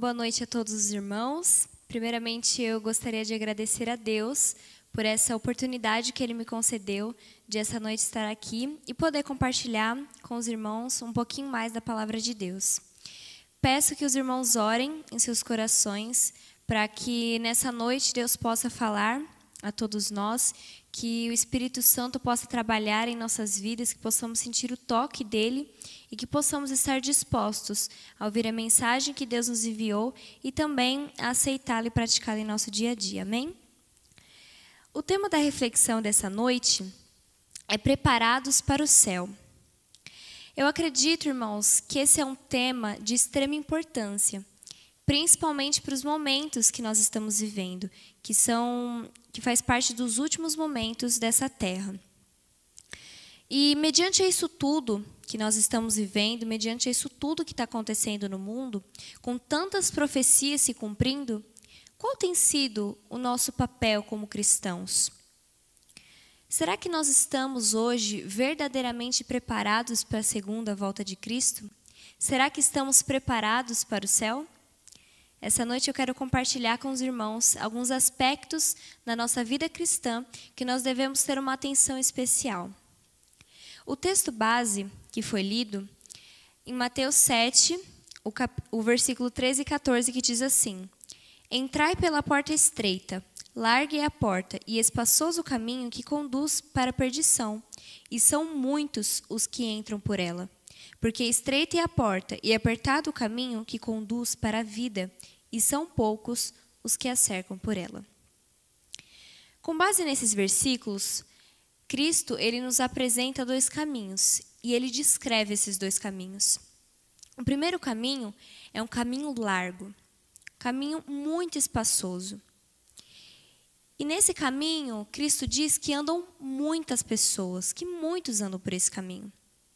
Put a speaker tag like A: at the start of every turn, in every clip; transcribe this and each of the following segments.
A: boa noite a todos os irmãos. Primeiramente, eu gostaria de agradecer a Deus por essa oportunidade que Ele me concedeu de essa noite estar aqui e poder compartilhar com os irmãos um pouquinho mais da palavra de Deus. Peço que os irmãos orem em seus corações para que nessa noite Deus possa falar a todos nós, que o Espírito Santo possa trabalhar em nossas vidas, que possamos sentir o toque dele e que possamos estar dispostos a ouvir a mensagem que Deus nos enviou e também a aceitá-la e praticá-la em nosso dia a dia. Amém? O tema da reflexão dessa noite é Preparados para o Céu. Eu acredito, irmãos, que esse é um tema de extrema importância, principalmente para os momentos que nós estamos vivendo, que faz parte dos últimos momentos dessa terra. E mediante isso tudo que nós estamos vivendo, mediante isso tudo que está acontecendo no mundo, com tantas profecias se cumprindo, qual tem sido o nosso papel como cristãos? Será que nós estamos hoje verdadeiramente preparados para a segunda volta de Cristo? Será que estamos preparados para o céu? Essa noite eu quero compartilhar com os irmãos alguns aspectos da nossa vida cristã que nós devemos ter uma atenção especial. O texto base que foi lido em Mateus 7, o versículo 13 e 14, que diz assim: Entrai pela porta estreita, larga é a porta e espaçoso o caminho que conduz para a perdição, e são muitos os que entram por ela. Porque estreita é a porta e apertado o caminho que conduz para a vida, e são poucos os que a cercam por ela. Com base nesses versículos, Cristo ele nos apresenta dois caminhos, e ele descreve esses dois caminhos. O primeiro caminho é um caminho largo, um caminho muito espaçoso. E nesse caminho, Cristo diz que andam muitas pessoas, que muitos andam por esse caminho.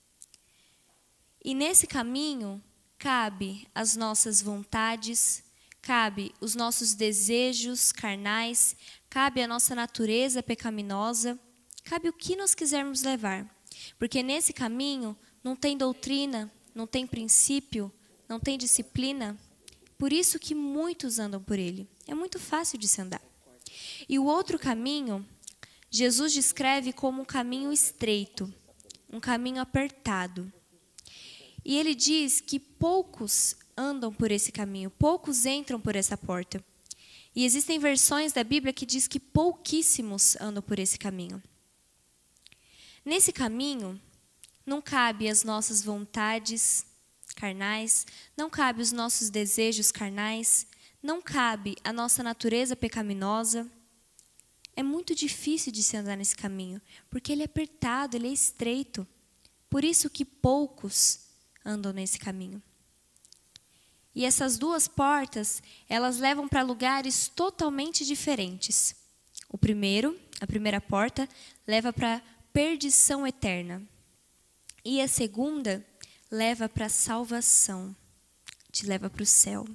A: E nesse caminho, cabe as nossas vontades, cabe os nossos desejos carnais, cabe a nossa natureza pecaminosa, cabe o que nós quisermos levar. Porque nesse caminho não tem doutrina, não tem princípio, não tem disciplina. Por isso que muitos andam por ele. É muito fácil de se andar. E o outro caminho, Jesus descreve como um caminho estreito, um caminho apertado. E ele diz que poucos andam por esse caminho, poucos entram por essa porta. E existem versões da Bíblia que diz que pouquíssimos andam por esse caminho. Nesse caminho, não cabe as nossas vontades carnais, não cabe os nossos desejos carnais, não cabe a nossa natureza pecaminosa. É muito difícil de se andar nesse caminho, porque ele é apertado, ele é estreito. Por isso que poucos andam nesse caminho. E essas duas portas, elas levam para lugares totalmente diferentes. A primeira porta, leva para a perdição eterna. E a segunda, leva para a salvação, te leva para o céu.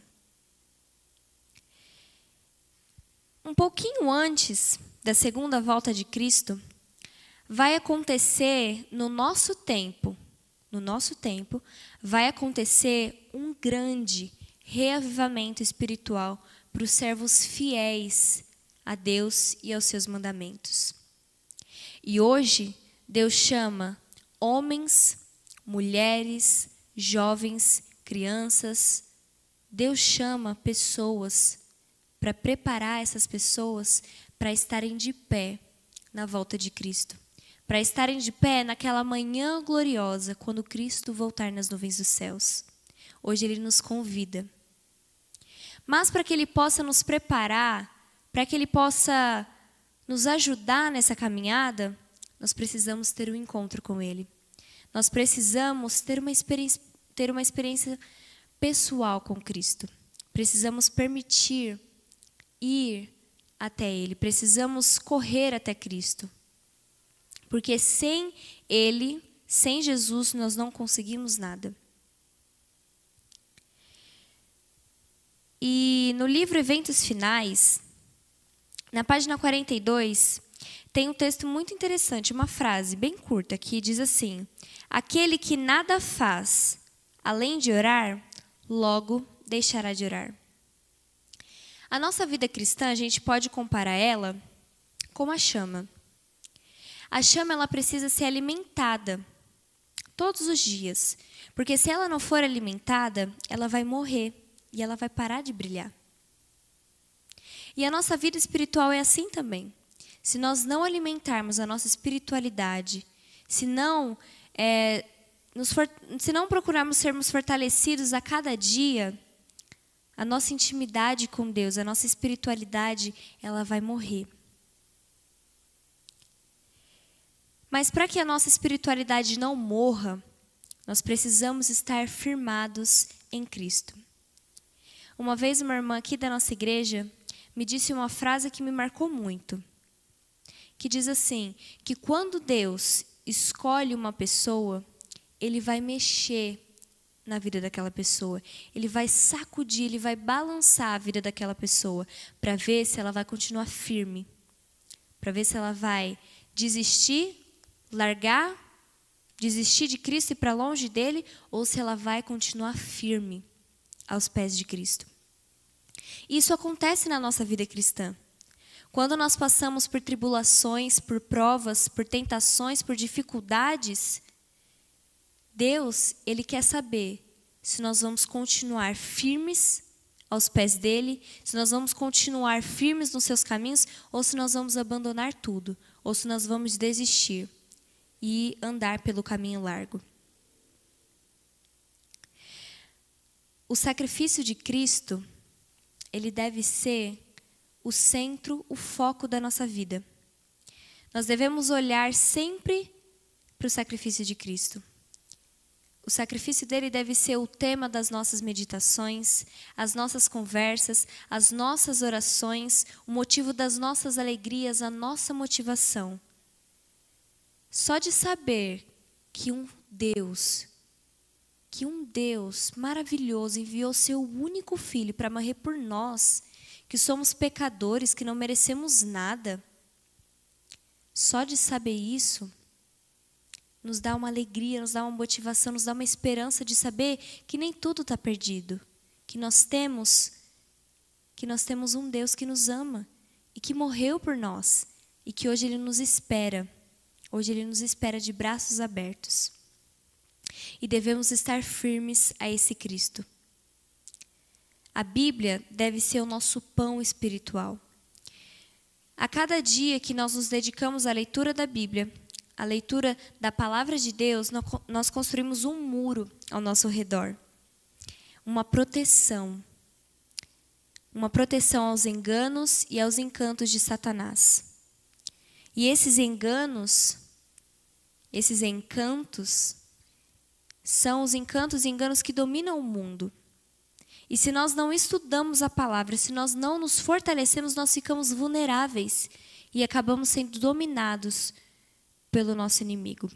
A: Um pouquinho antes da segunda volta de Cristo, vai acontecer no nosso tempo, vai acontecer um grande reavivamento espiritual para os servos fiéis a Deus e aos seus mandamentos. E hoje, Deus chama homens, mulheres, jovens, crianças. Deus chama pessoas para preparar essas pessoas para estarem de pé na volta de Cristo. Para estarem de pé naquela manhã gloriosa, quando Cristo voltar nas nuvens dos céus. Hoje Ele nos convida. Mas para que Ele possa nos preparar, para que Ele possa nos ajudar nessa caminhada, nós precisamos ter um encontro com Ele. Nós precisamos ter uma experiência pessoal com Cristo. Precisamos permitir ir até Ele. Precisamos correr até Cristo. Porque sem Ele, sem Jesus, nós não conseguimos nada. E no livro Eventos Finais, na página 42, tem um texto muito interessante, uma frase bem curta, que diz assim: Aquele que nada faz, além de orar, logo deixará de orar. A nossa vida cristã, a gente pode comparar ela com a chama. A chama, ela precisa ser alimentada todos os dias, porque se ela não for alimentada, ela vai morrer e ela vai parar de brilhar. E a nossa vida espiritual é assim também. Se nós não alimentarmos a nossa espiritualidade, se não procurarmos sermos fortalecidos a cada dia, a nossa intimidade com Deus, a nossa espiritualidade, ela vai morrer. Mas para que a nossa espiritualidade não morra, nós precisamos estar firmados em Cristo. Uma vez uma irmã aqui da nossa igreja me disse uma frase que me marcou muito, que diz assim, que quando Deus escolhe uma pessoa, Ele vai mexer na vida daquela pessoa. Ele vai sacudir, Ele vai balançar a vida daquela pessoa para ver se ela vai continuar firme, para ver se ela vai desistir, largar, desistir de Cristo e ir para longe dele, ou se ela vai continuar firme aos pés de Cristo. Isso acontece na nossa vida cristã. Quando nós passamos por tribulações, por provas, por tentações, por dificuldades, Deus, Ele quer saber se nós vamos continuar firmes aos pés dEle, se nós vamos continuar firmes nos seus caminhos, ou se nós vamos abandonar tudo, ou se nós vamos desistir e andar pelo caminho largo. O sacrifício de Cristo, ele deve ser o centro, o foco da nossa vida. Nós devemos olhar sempre para o sacrifício de Cristo. O sacrifício dele deve ser o tema das nossas meditações, as nossas conversas, as nossas orações, o motivo das nossas alegrias, a nossa motivação. Só de saber que um Deus maravilhoso enviou seu único filho para morrer por nós, que somos pecadores, que não merecemos nada. Só de saber isso nos dá uma alegria, nos dá uma motivação, nos dá uma esperança de saber que nem tudo está perdido, que nós temos um Deus que nos ama e que morreu por nós e que hoje Ele nos espera. Hoje Ele nos espera de braços abertos. E devemos estar firmes a esse Cristo. A Bíblia deve ser o nosso pão espiritual. A cada dia que nós nos dedicamos à leitura da Bíblia, à leitura da palavra de Deus, nós construímos um muro ao nosso redor. Uma proteção aos enganos e aos encantos de Satanás. E esses encantos, são os encantos e enganos que dominam o mundo. E se nós não estudamos a palavra, se nós não nos fortalecemos, nós ficamos vulneráveis e acabamos sendo dominados pelo nosso inimigo.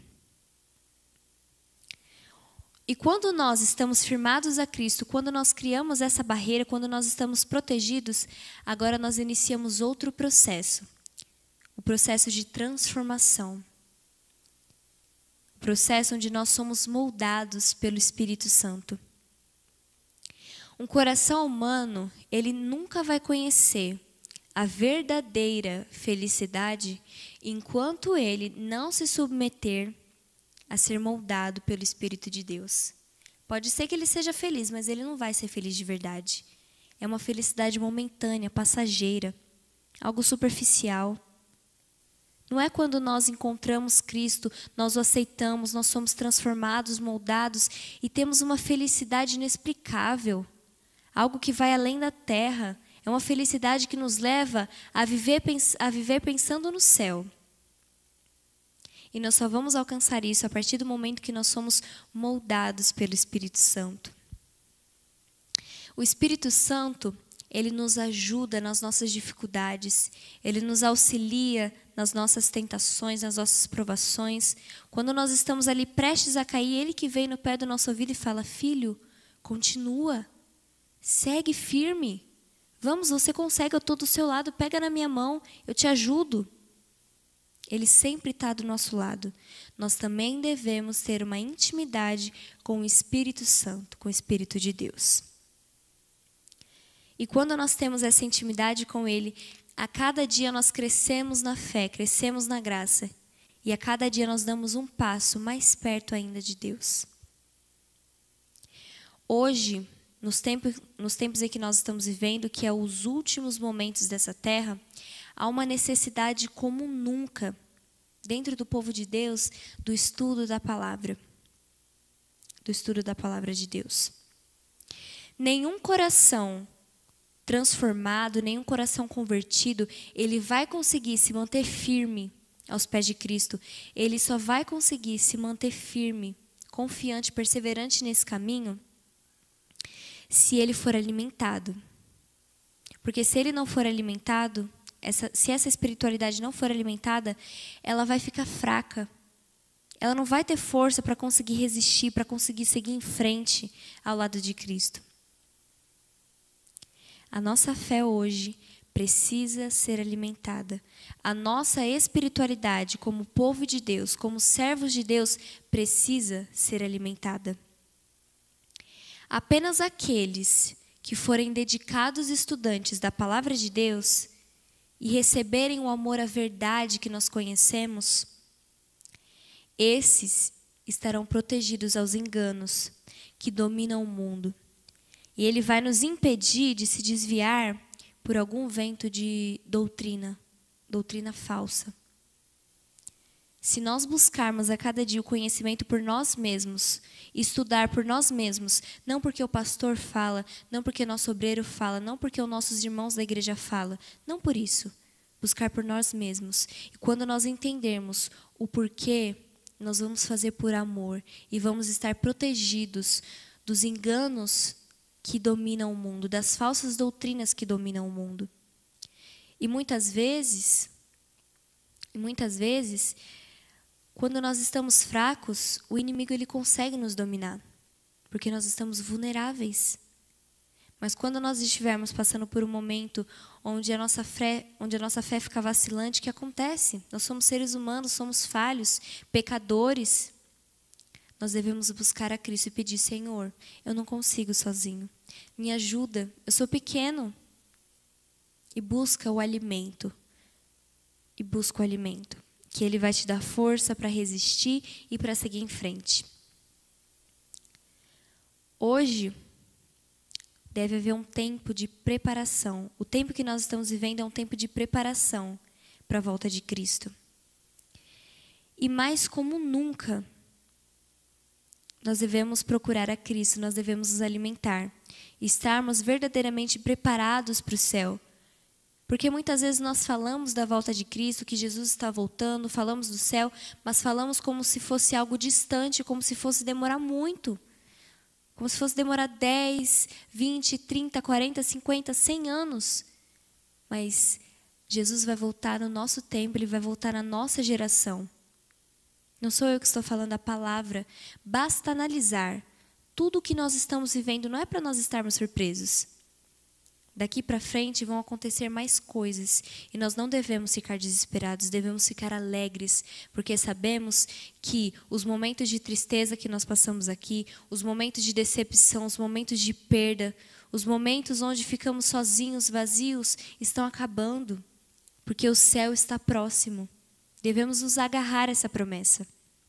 A: E quando nós estamos firmados a Cristo, quando nós criamos essa barreira, quando nós estamos protegidos, agora nós iniciamos outro processo. O processo de transformação. O processo onde nós somos moldados pelo Espírito Santo. Um coração humano, ele nunca vai conhecer a verdadeira felicidade enquanto ele não se submeter a ser moldado pelo Espírito de Deus. Pode ser que ele seja feliz, mas ele não vai ser feliz de verdade. É uma felicidade momentânea, passageira, algo superficial. Não é quando nós encontramos Cristo, nós o aceitamos, nós somos transformados, moldados e temos uma felicidade inexplicável, algo que vai além da terra. É uma felicidade que nos leva a viver pensando no céu. E nós só vamos alcançar isso a partir do momento que nós somos moldados pelo Espírito Santo. O Espírito Santo, ele nos ajuda nas nossas dificuldades, ele nos auxilia nas nossas tentações, nas nossas provações. Quando nós estamos ali prestes a cair, ele que vem no pé do nosso ouvido e fala: filho, continua, segue firme. Vamos, você consegue, eu estou do seu lado, pega na minha mão, eu te ajudo. Ele sempre está do nosso lado. Nós também devemos ter uma intimidade com o Espírito Santo, com o Espírito de Deus. E quando nós temos essa intimidade com Ele, a cada dia nós crescemos na fé, crescemos na graça. E a cada dia nós damos um passo mais perto ainda de Deus. Hoje, nos tempos em que nós estamos vivendo, que é os últimos momentos dessa terra, há uma necessidade como nunca, dentro do povo de Deus, do estudo da palavra. Do estudo da palavra de Deus. Nenhum coração transformado, nenhum coração convertido, ele vai conseguir se manter firme aos pés de Cristo. Ele só vai conseguir se manter firme, confiante, perseverante nesse caminho, se ele for alimentado. Porque se ele não for alimentado, se essa espiritualidade não for alimentada, ela vai ficar fraca. Ela não vai ter força para conseguir resistir, para conseguir seguir em frente ao lado de Cristo. A nossa fé hoje precisa ser alimentada. A nossa espiritualidade como povo de Deus, como servos de Deus, precisa ser alimentada. Apenas aqueles que forem dedicados estudantes da palavra de Deus e receberem o amor à verdade que nós conhecemos, esses estarão protegidos aos enganos que dominam o mundo. E ele vai nos impedir de se desviar por algum vento de doutrina falsa. Se nós buscarmos a cada dia o conhecimento por nós mesmos, estudar por nós mesmos, não porque o pastor fala, não porque nosso obreiro fala, não porque os nossos irmãos da igreja falam, não por isso, buscar por nós mesmos. E quando nós entendermos o porquê, nós vamos fazer por amor e vamos estar protegidos dos enganos que dominam o mundo, das falsas doutrinas que dominam o mundo. E muitas vezes, quando nós estamos fracos, o inimigo ele consegue nos dominar, porque nós estamos vulneráveis. Mas quando nós estivermos passando por um momento onde a nossa fé fica vacilante, o que acontece? Nós somos seres humanos, somos falhos, pecadores. Nós devemos buscar a Cristo e pedir: Senhor, eu não consigo sozinho. Me ajuda, eu sou pequeno. E busca o alimento. E busca o alimento. Que Ele vai te dar força para resistir e para seguir em frente. Hoje, deve haver um tempo de preparação. O tempo que nós estamos vivendo é um tempo de preparação para a volta de Cristo. E mais como nunca, nós devemos procurar a Cristo, nós devemos nos alimentar. Estarmos verdadeiramente preparados para o céu. Porque muitas vezes nós falamos da volta de Cristo, que Jesus está voltando, falamos do céu, mas falamos como se fosse algo distante, como se fosse demorar muito. Como se fosse demorar 10, 20, 30, 40, 50, 100 anos. Mas Jesus vai voltar no nosso tempo, Ele vai voltar na nossa geração. Não sou eu que estou falando a palavra. Basta analisar. Tudo o que nós estamos vivendo não é para nós estarmos surpresos. Daqui para frente vão acontecer mais coisas. E nós não devemos ficar desesperados, devemos ficar alegres. Porque sabemos que os momentos de tristeza que nós passamos aqui, os momentos de decepção, os momentos de perda, os momentos onde ficamos sozinhos, vazios, estão acabando. Porque o céu está próximo. Devemos nos agarrar a essa promessa.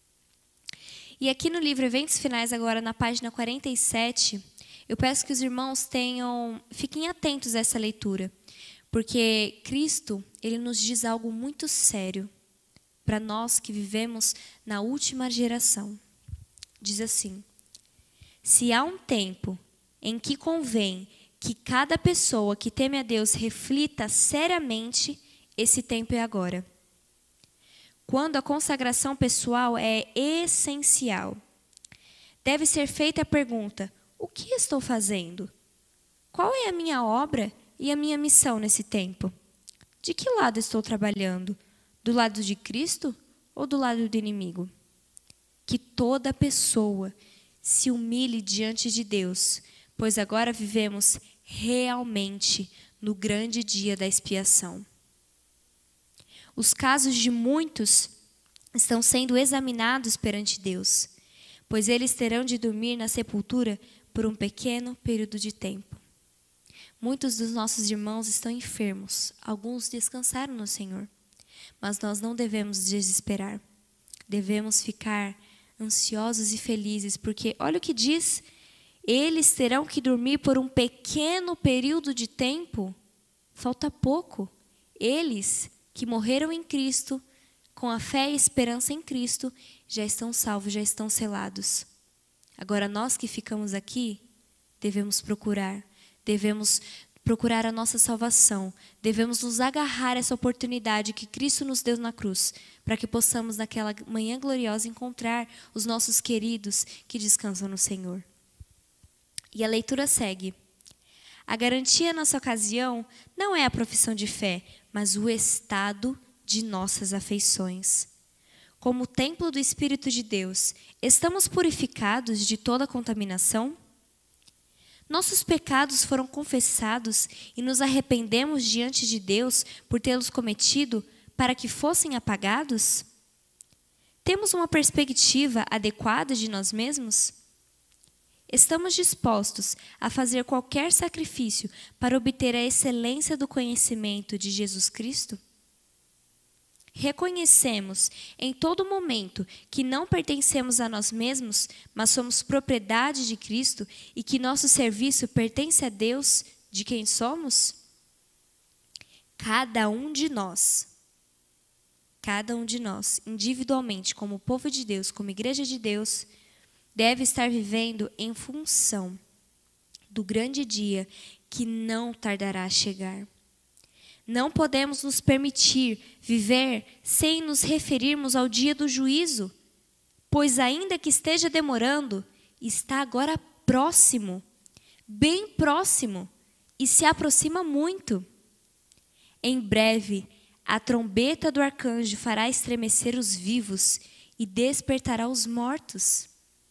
A: E aqui no livro Eventos Finais, agora na página 47, eu peço que os irmãos fiquem atentos a essa leitura. Porque Cristo, Ele nos diz algo muito sério para nós que vivemos na última geração. Diz assim: se há um tempo em que convém que cada pessoa que teme a Deus reflita seriamente, esse tempo é agora. Quando a consagração pessoal é essencial, deve ser feita a pergunta: o que estou fazendo? Qual é a minha obra e a minha missão nesse tempo? De que lado estou trabalhando? Do lado de Cristo ou do lado do inimigo? Que toda pessoa se humilhe diante de Deus, pois agora vivemos realmente no grande dia da expiação. Os casos de muitos estão sendo examinados perante Deus, pois eles terão de dormir na sepultura por um pequeno período de tempo. Muitos dos nossos irmãos estão enfermos, alguns descansaram no Senhor. Mas nós não devemos desesperar. Devemos ficar ansiosos e felizes, porque olha o que diz: eles terão que dormir por um pequeno período de tempo. Falta pouco. Eles que morreram em Cristo, com a fé e esperança em Cristo, já estão salvos, já estão selados. Agora nós que ficamos aqui, devemos procurar a nossa salvação, devemos nos agarrar a essa oportunidade que Cristo nos deu na cruz, para que possamos naquela manhã gloriosa encontrar os nossos queridos que descansam no Senhor. E a leitura segue. A garantia nessa ocasião não é a profissão de fé, mas o estado de nossas afeições. Como templo do Espírito de Deus, estamos purificados de toda contaminação? Nossos pecados foram confessados e nos arrependemos diante de Deus por tê-los cometido para que fossem apagados? Temos uma perspectiva adequada de nós mesmos? Estamos dispostos a fazer qualquer sacrifício para obter a excelência do conhecimento de Jesus Cristo? Reconhecemos em todo momento que não pertencemos a nós mesmos, mas somos propriedade de Cristo e que nosso serviço pertence a Deus, de quem somos? Cada um de nós, individualmente, como povo de Deus, como igreja de Deus, deve estar vivendo em função do grande dia que não tardará a chegar. Não podemos nos permitir viver sem nos referirmos ao dia do juízo, pois ainda que esteja demorando, está agora próximo, bem próximo, e se aproxima muito. Em breve, a trombeta do arcanjo fará estremecer os vivos e despertará os mortos.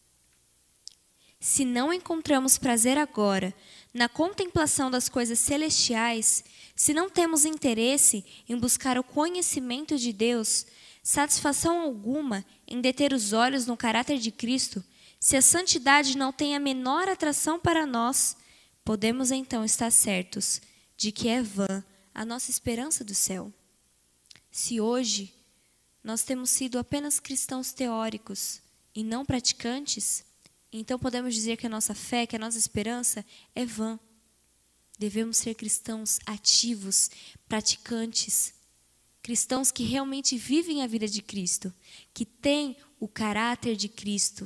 A: Se não encontramos prazer agora na contemplação das coisas celestiais, se não temos interesse em buscar o conhecimento de Deus, satisfação alguma em deter os olhos no caráter de Cristo, se a santidade não tem a menor atração para nós, podemos então estar certos de que é vã a nossa esperança do céu. Se hoje nós temos sido apenas cristãos teóricos e não praticantes, então podemos dizer que a nossa fé, que a nossa esperança é vã. Devemos ser cristãos ativos, praticantes, cristãos que realmente vivem a vida de Cristo, que têm o caráter de Cristo.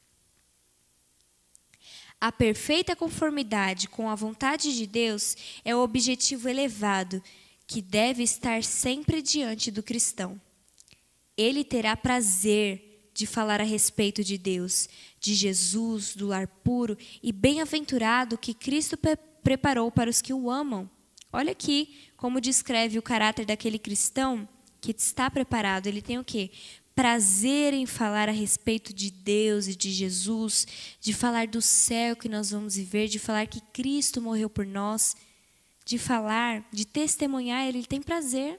A: A perfeita conformidade com a vontade de Deus é o objetivo elevado que deve estar sempre diante do cristão. Ele terá prazer de falar a respeito de Deus, de Jesus, do lar puro e bem-aventurado que Cristo preparou para os que o amam. Olha aqui como descreve o caráter daquele cristão que está preparado. Ele tem o quê? Prazer em falar a respeito de Deus e de Jesus, de falar do céu que nós vamos viver, de falar que Cristo morreu por nós, de falar, de testemunhar, ele tem prazer.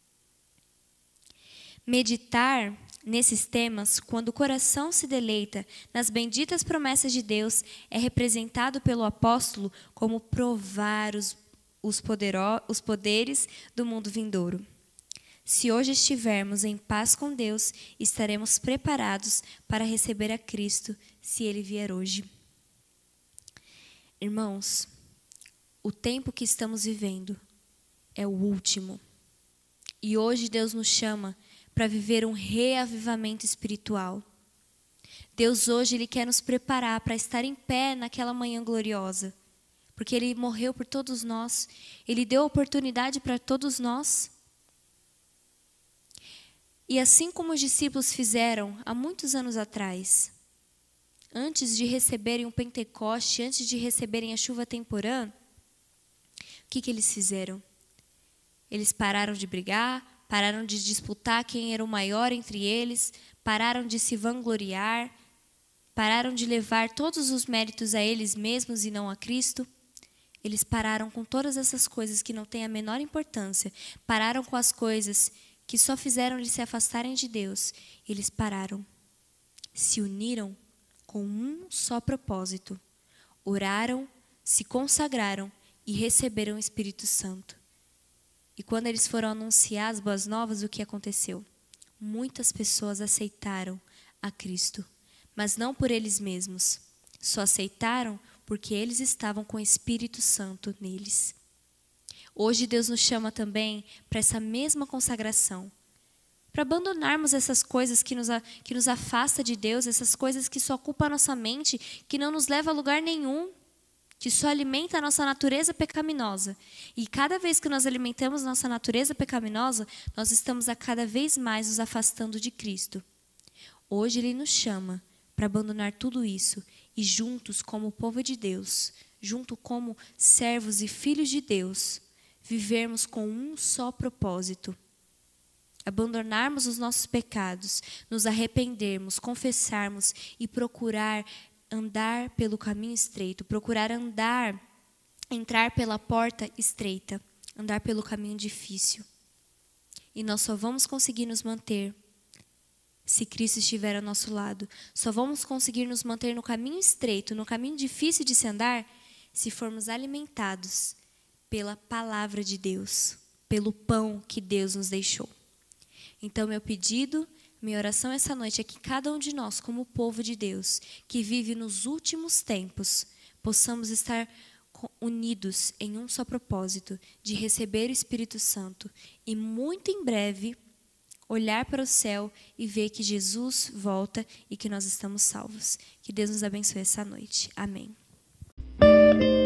A: Meditar nesses temas, quando o coração se deleita nas benditas promessas de Deus, é representado pelo apóstolo como provar os poderes do mundo vindouro. Se hoje estivermos em paz com Deus, estaremos preparados para receber a Cristo, se Ele vier hoje. Irmãos, o tempo que estamos vivendo é o último. E hoje Deus nos chama para viver um reavivamento espiritual. Deus hoje Ele quer nos preparar para estar em pé naquela manhã gloriosa. Porque Ele morreu por todos nós. Ele deu oportunidade para todos nós. E assim como os discípulos fizeram há muitos anos atrás, antes de receberem o Pentecoste, antes de receberem a chuva temporã, o que eles fizeram? Eles pararam de brigar, pararam de disputar quem era o maior entre eles, pararam de se vangloriar, pararam de levar todos os méritos a eles mesmos e não a Cristo. Eles pararam com todas essas coisas que não têm a menor importância, pararam com as coisas que só fizeram eles se afastarem de Deus. Eles pararam, se uniram com um só propósito, oraram, se consagraram e receberam o Espírito Santo. E quando eles foram anunciar as boas novas, o que aconteceu? Muitas pessoas aceitaram a Cristo, mas não por eles mesmos. Só aceitaram porque eles estavam com o Espírito Santo neles. Hoje Deus nos chama também para essa mesma consagração, para abandonarmos essas coisas que nos afastam de Deus, essas coisas que só ocupam a nossa mente, que não nos levam a lugar nenhum, que só alimenta a nossa natureza pecaminosa. E cada vez que nós alimentamos nossa natureza pecaminosa, nós estamos a cada vez mais nos afastando de Cristo. Hoje Ele nos chama para abandonar tudo isso e juntos, como povo de Deus, junto como servos e filhos de Deus, vivermos com um só propósito. Abandonarmos os nossos pecados, nos arrependermos, confessarmos e procurar andar pelo caminho estreito, procurar entrar pela porta estreita, andar pelo caminho difícil. E nós só vamos conseguir nos manter se Cristo estiver ao nosso lado. Só vamos conseguir nos manter no caminho estreito, no caminho difícil de se andar, se formos alimentados pela palavra de Deus, pelo pão que Deus nos deixou. Então, meu pedido, minha oração essa noite é que cada um de nós, como povo de Deus, que vive nos últimos tempos, possamos estar unidos em um só propósito, de receber o Espírito Santo e muito em breve olhar para o céu e ver que Jesus volta e que nós estamos salvos. Que Deus nos abençoe essa noite. Amém.